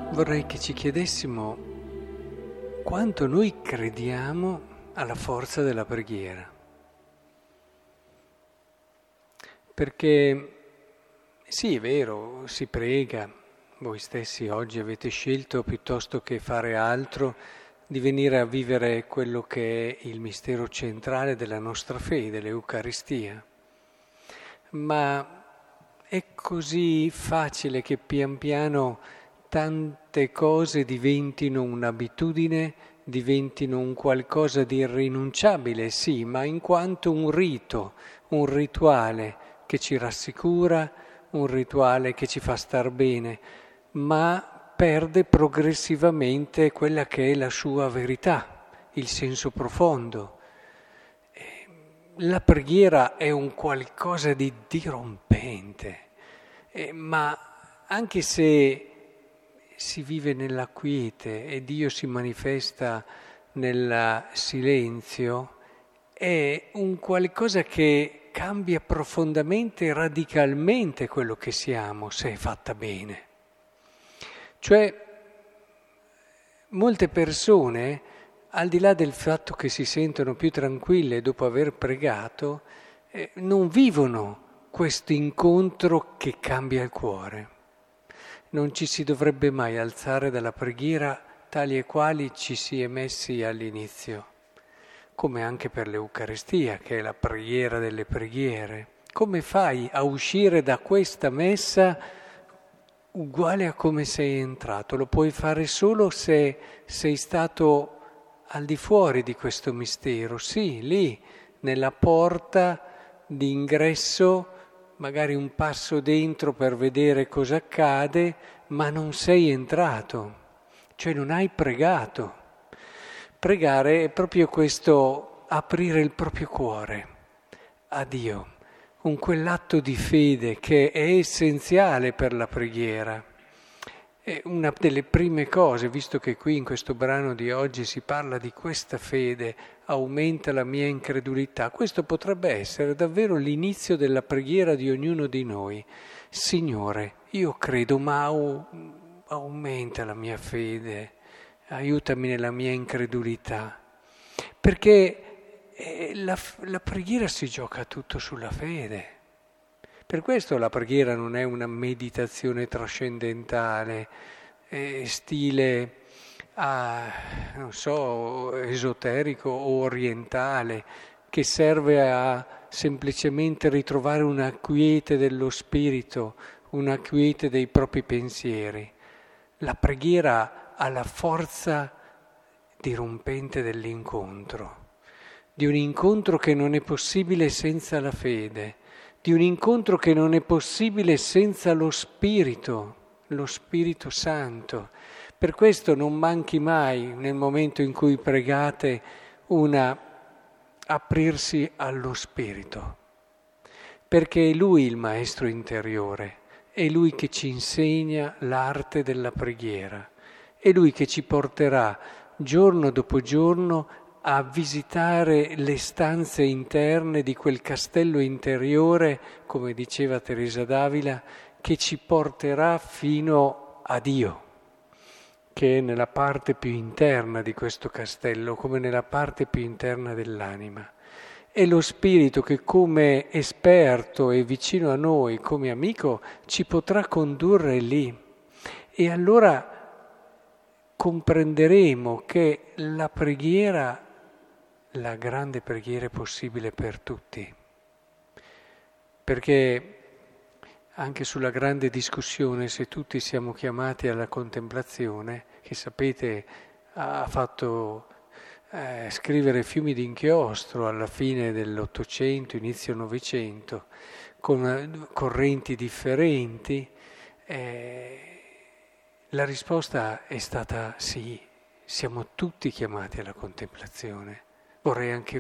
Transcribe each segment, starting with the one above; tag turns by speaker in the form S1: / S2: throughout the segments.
S1: Vorrei che ci chiedessimo quanto noi crediamo alla forza della preghiera. Perché sì, è vero, si prega, voi stessi oggi avete scelto piuttosto che fare altro di venire a vivere quello che è il mistero centrale della nostra fede, l'Eucaristia. Ma è così facile che pian piano tante cose diventino un'abitudine, diventino un qualcosa di irrinunciabile, sì, ma in quanto un rito, un rituale che ci rassicura, un rituale che ci fa star bene, ma perde progressivamente quella che è la sua verità, il senso profondo. La preghiera è un qualcosa di dirompente, ma anche se si vive nella quiete e Dio si manifesta nel silenzio, è un qualcosa che cambia profondamente e radicalmente quello che siamo, se è fatta bene. Cioè, molte persone, al di là del fatto che si sentono più tranquille dopo aver pregato, non vivono questo incontro che cambia il cuore. Non ci si dovrebbe mai alzare dalla preghiera tali e quali ci si è messi all'inizio, come anche per l'Eucaristia, che è la preghiera delle preghiere. Come fai a uscire da questa messa uguale a come sei entrato? Lo puoi fare solo se sei stato al di fuori di questo mistero, sì, lì, nella porta d'ingresso, magari un passo dentro per vedere cosa accade, ma non sei entrato, cioè non hai pregato. Pregare è proprio questo, aprire il proprio cuore a Dio, con quell'atto di fede che è essenziale per la preghiera. È una delle prime cose, visto che qui in questo brano di oggi si parla di questa fede, aumenta la mia incredulità. Questo potrebbe essere davvero l'inizio della preghiera di ognuno di noi. Signore, io credo, ma aumenta la mia fede, aiutami nella mia incredulità. Perché la preghiera si gioca tutto sulla fede. Per questo la preghiera non è una meditazione trascendentale, stile, non so, esoterico o orientale, che serve a semplicemente ritrovare una quiete dello spirito, una quiete dei propri pensieri. La preghiera ha la forza dirompente dell'incontro, di un incontro che non è possibile senza la fede, di un incontro che non è possibile senza lo Spirito Santo. Per questo non manchi mai, nel momento in cui pregate, aprirsi allo Spirito, perché è Lui il Maestro interiore, è Lui che ci insegna l'arte della preghiera, è Lui che ci porterà giorno dopo giorno a visitare le stanze interne di quel castello interiore, come diceva Teresa d'Avila, che ci porterà fino a Dio, che è nella parte più interna di questo castello, come nella parte più interna dell'anima. È lo Spirito che come esperto e vicino a noi, come amico, ci potrà condurre lì. E allora comprenderemo che la preghiera, la grande preghiera è possibile per tutti, perché anche sulla grande discussione se tutti siamo chiamati alla contemplazione, che sapete ha fatto scrivere fiumi di inchiostro alla fine dell'Ottocento, inizio Novecento, con correnti differenti, la risposta è stata sì, siamo tutti chiamati alla contemplazione. Vorrei anche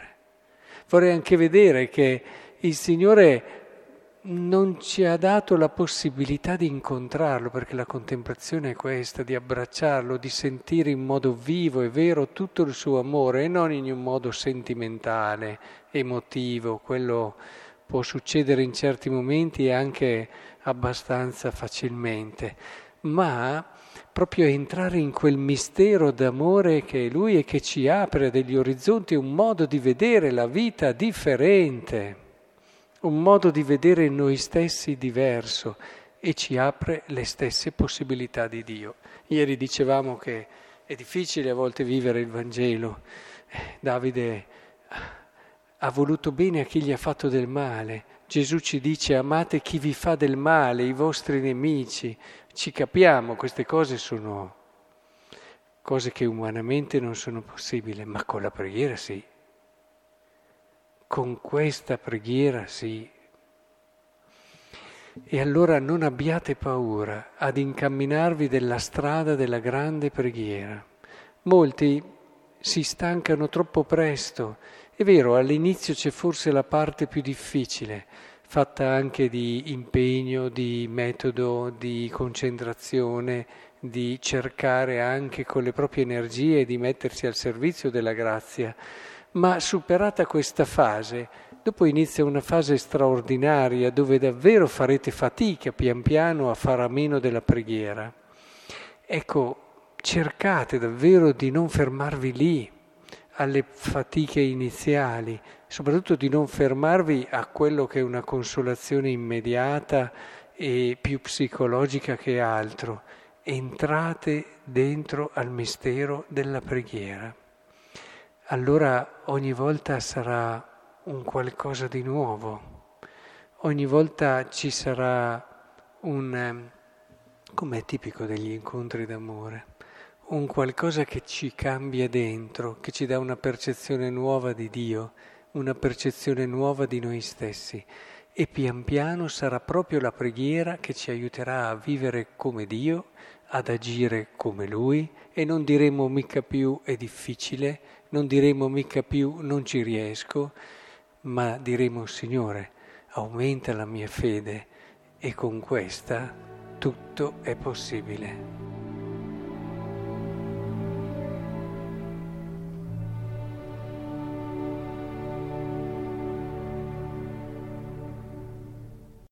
S1: vedere che il Signore non ci ha dato la possibilità di incontrarlo, perché la contemplazione è questa, di abbracciarlo, di sentire in modo vivo e vero tutto il suo amore e non in un modo sentimentale, emotivo. Quello può succedere in certi momenti e anche abbastanza facilmente, ma proprio entrare in quel mistero d'amore che è Lui e che ci apre degli orizzonti, un modo di vedere la vita differente, un modo di vedere noi stessi diverso e ci apre le stesse possibilità di Dio. Ieri dicevamo che è difficile a volte vivere il Vangelo. Davide ha voluto bene a chi gli ha fatto del male. Gesù ci dice: amate chi vi fa del male, i vostri nemici. Ci capiamo, queste cose sono cose che umanamente non sono possibili, ma con la preghiera sì. Con questa preghiera sì. E allora non abbiate paura ad incamminarvi della strada della grande preghiera. Molti si stancano troppo presto. È vero, all'inizio c'è forse la parte più difficile, fatta anche di impegno, di metodo, di concentrazione, di cercare anche con le proprie energie di mettersi al servizio della grazia. Ma superata questa fase, dopo inizia una fase straordinaria dove davvero farete fatica pian piano a fare a meno della preghiera. Ecco, cercate davvero di non fermarvi lì alle fatiche iniziali, soprattutto di non fermarvi a quello che è una consolazione immediata e più psicologica che altro. Entrate dentro al mistero della preghiera. Allora ogni volta sarà un qualcosa di nuovo, ogni volta ci sarà come è tipico degli incontri d'amore, un qualcosa che ci cambia dentro, che ci dà una percezione nuova di Dio, una percezione nuova di noi stessi. E pian piano sarà proprio la preghiera che ci aiuterà a vivere come Dio, ad agire come Lui, e non diremo mica più è difficile, non diremo mica più non ci riesco, ma diremo: Signore, aumenta la mia fede e con questa tutto è possibile.